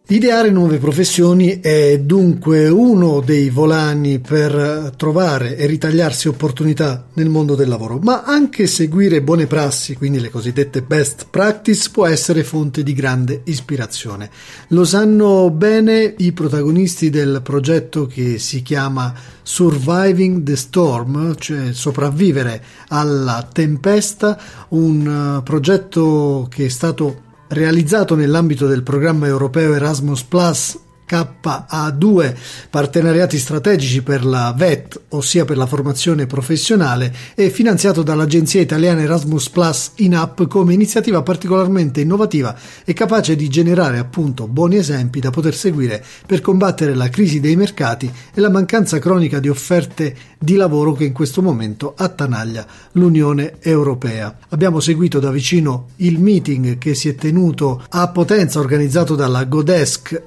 Ideare nuove professioni è dunque uno dei volani per trovare e ritagliarsi opportunità nel mondo del lavoro, ma anche seguire buone prassi, quindi le cosiddette best practice, può essere fonte di grande ispirazione. Lo sanno bene i protagonisti del progetto che si chiama Surviving the Storm, cioè sopravvivere alla tempesta, un progetto che è stato realizzato nell'ambito del programma europeo Erasmus Plus KA2, partenariati strategici per la VET, ossia per la formazione professionale, e finanziato dall'agenzia italiana Erasmus Plus in App come iniziativa particolarmente innovativa e capace di generare appunto buoni esempi da poter seguire per combattere la crisi dei mercati e la mancanza cronica di offerte di lavoro che in questo momento attanaglia l'Unione Europea. Abbiamo seguito da vicino il meeting che si è tenuto a Potenza, organizzato dalla Godesk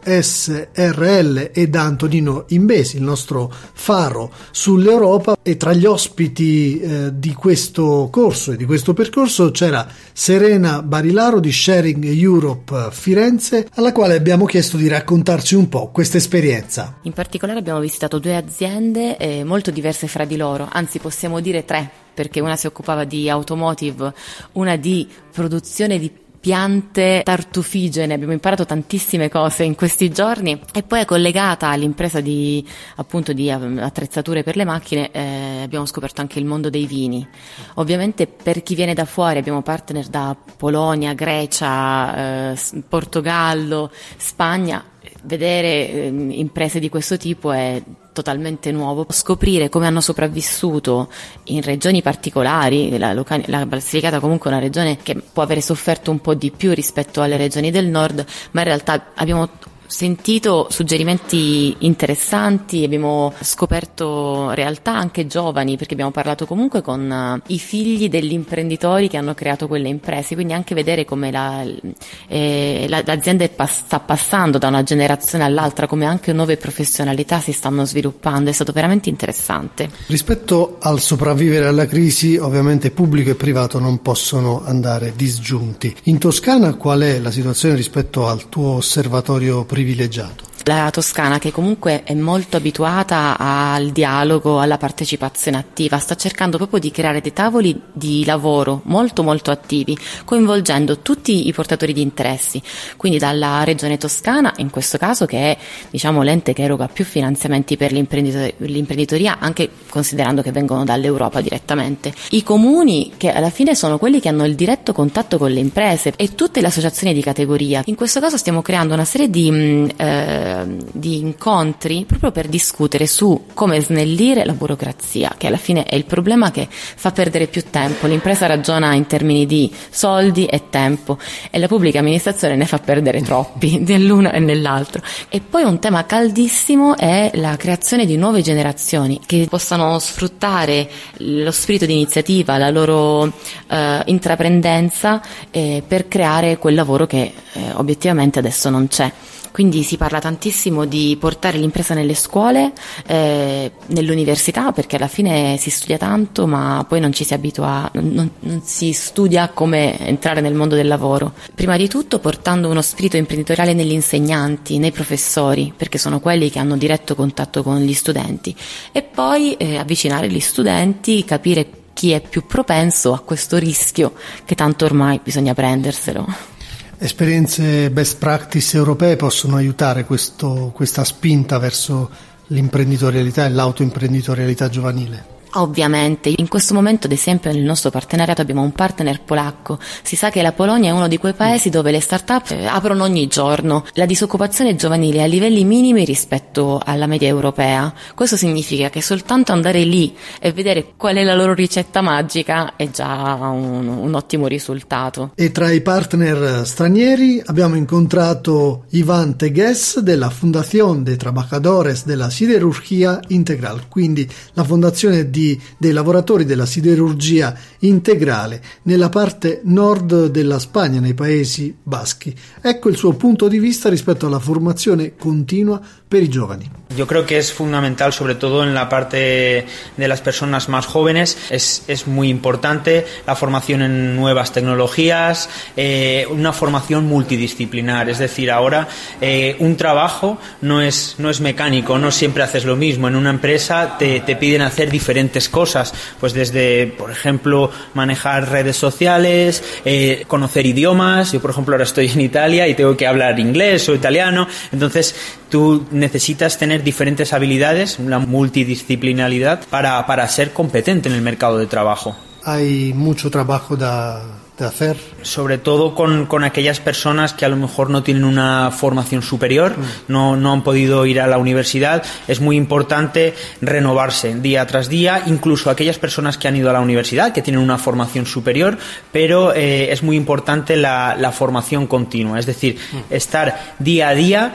SRL e da Antonino Imbesi, il nostro faro sull'Europa, e tra gli ospiti di questo corso e di questo percorso c'era Serena Barilaro di Sharing Europe Firenze, alla quale abbiamo chiesto di raccontarci un po' questa esperienza. In particolare abbiamo visitato 2 aziende molto diverse fra di loro, anzi possiamo dire 3, perché una si occupava di automotive, una di produzione di piante tartufigene. Abbiamo imparato tantissime cose in questi giorni, e poi è collegata all'impresa di attrezzature per le macchine. Abbiamo scoperto anche il mondo dei vini. Ovviamente per chi viene da fuori abbiamo partner da Polonia, Grecia, Portogallo, Spagna. Vedere imprese di questo tipo è totalmente nuovo. Scoprire come hanno sopravvissuto in regioni particolari. La Basilicata comunque è una regione che può avere sofferto un po' di più rispetto alle regioni del nord, ma in realtà abbiamo sentito suggerimenti interessanti, abbiamo scoperto realtà anche giovani, perché abbiamo parlato comunque con i figli degli imprenditori che hanno creato quelle imprese, quindi anche vedere come l'azienda sta passando da una generazione all'altra, come anche nuove professionalità si stanno sviluppando. È stato veramente interessante. Rispetto al sopravvivere alla crisi, ovviamente pubblico e privato non possono andare disgiunti. In Toscana qual è la situazione rispetto al tuo osservatorio privilegiato? La Toscana, che comunque è molto abituata al dialogo, alla partecipazione attiva, sta cercando proprio di creare dei tavoli di lavoro molto molto attivi, coinvolgendo tutti i portatori di interessi, quindi dalla Regione Toscana, in questo caso, che è l'ente che eroga più finanziamenti per l'imprenditoria, anche considerando che vengono dall'Europa direttamente, i comuni, che alla fine sono quelli che hanno il diretto contatto con le imprese, e tutte le associazioni di categoria. In questo caso stiamo creando una serie di incontri proprio per discutere su come snellire la burocrazia, che alla fine è il problema che fa perdere più tempo. L'impresa ragiona in termini di soldi e tempo, e la pubblica amministrazione ne fa perdere troppi nell'uno e nell'altro. E poi un tema caldissimo è la creazione di nuove generazioni che possano sfruttare lo spirito di iniziativa, la loro intraprendenza, per creare quel lavoro che obiettivamente adesso non c'è. Quindi si parla tantissimo di portare l'impresa nelle scuole, nell'università, perché alla fine si studia tanto, ma poi non ci si abitua, non si studia come entrare nel mondo del lavoro. Prima di tutto portando uno spirito imprenditoriale negli insegnanti, nei professori, perché sono quelli che hanno diretto contatto con gli studenti, e poi avvicinare gli studenti, capire chi è più propenso a questo rischio, che tanto ormai bisogna prenderselo. Esperienze best practice europee possono aiutare questa spinta verso l'imprenditorialità e l'autoimprenditorialità giovanile? Ovviamente, in questo momento ad esempio nel nostro partenariato abbiamo un partner polacco. Si sa che la Polonia è uno di quei paesi dove le start-up aprono ogni giorno. La disoccupazione giovanile è a livelli minimi rispetto alla media europea. Questo significa che soltanto andare lì e vedere qual è la loro ricetta magica è già un ottimo risultato. E tra i partner stranieri abbiamo incontrato Ivan Tegues della Fundación de Trabajadores de la Siderurgia Integral, quindi la fondazione di dei lavoratori della siderurgia integrale nella parte nord della Spagna, nei Paesi Baschi. Ecco il suo punto di vista rispetto alla formazione continua per i giovani. Yo creo que es fundamental, sobre todo en la parte de las personas más jóvenes, es muy importante la formación en nuevas tecnologías, una formación multidisciplinar, es decir, ahora un trabajo no es mecánico, no siempre haces lo mismo, en una empresa te piden hacer diferentes cosas, pues desde, por ejemplo, manejar redes sociales, conocer idiomas. Yo, por ejemplo, ahora estoy en Italia y tengo que hablar inglés o italiano, entonces tú necesitas tener diferentes habilidades, una multidisciplinaridad para ser competente en el mercado de trabajo. Hay mucho trabajo de hacer. Sobre todo con aquellas personas que a lo mejor no tienen una formación superior, no han podido ir a la universidad. Es muy importante renovarse día tras día, incluso aquellas personas que han ido a la universidad, que tienen una formación superior, pero es muy importante la formación continua, es decir, estar día a día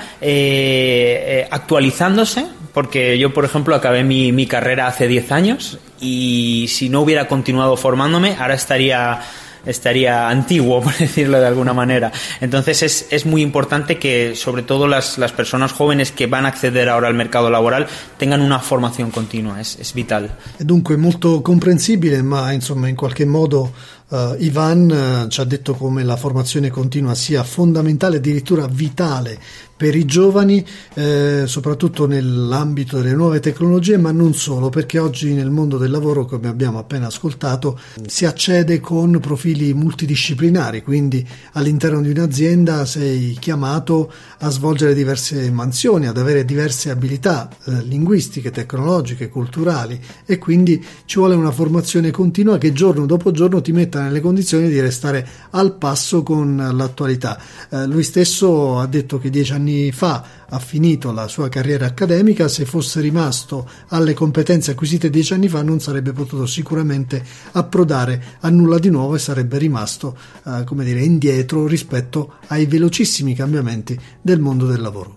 actualizándose, porque yo, por ejemplo, acabé mi carrera hace 10 años y si no hubiera continuado formándome, ahora estaría antiguo, por decirlo de alguna manera. Entonces es muy importante que, sobre todo las personas jóvenes que van a acceder ahora al mercado laboral, tengan una formación continua, es vital. È dunque molto comprensibile, ma insomma in qualche modo Ivan ci ha detto come la formazione continua sia fondamentale, addirittura vitale per i giovani, soprattutto nell'ambito delle nuove tecnologie, ma non solo, perché oggi nel mondo del lavoro, come abbiamo appena ascoltato, si accede con profili multidisciplinari, quindi all'interno di un'azienda sei chiamato a svolgere diverse mansioni, ad avere diverse abilità linguistiche, tecnologiche, culturali, e quindi ci vuole una formazione continua che giorno dopo giorno ti metta nelle condizioni di restare al passo con l'attualità. Lui stesso ha detto che 10 anni fa ha finito la sua carriera accademica. Se fosse rimasto alle competenze acquisite 10 anni fa non sarebbe potuto sicuramente approdare a nulla di nuovo e sarebbe rimasto indietro rispetto ai velocissimi cambiamenti del mondo del lavoro.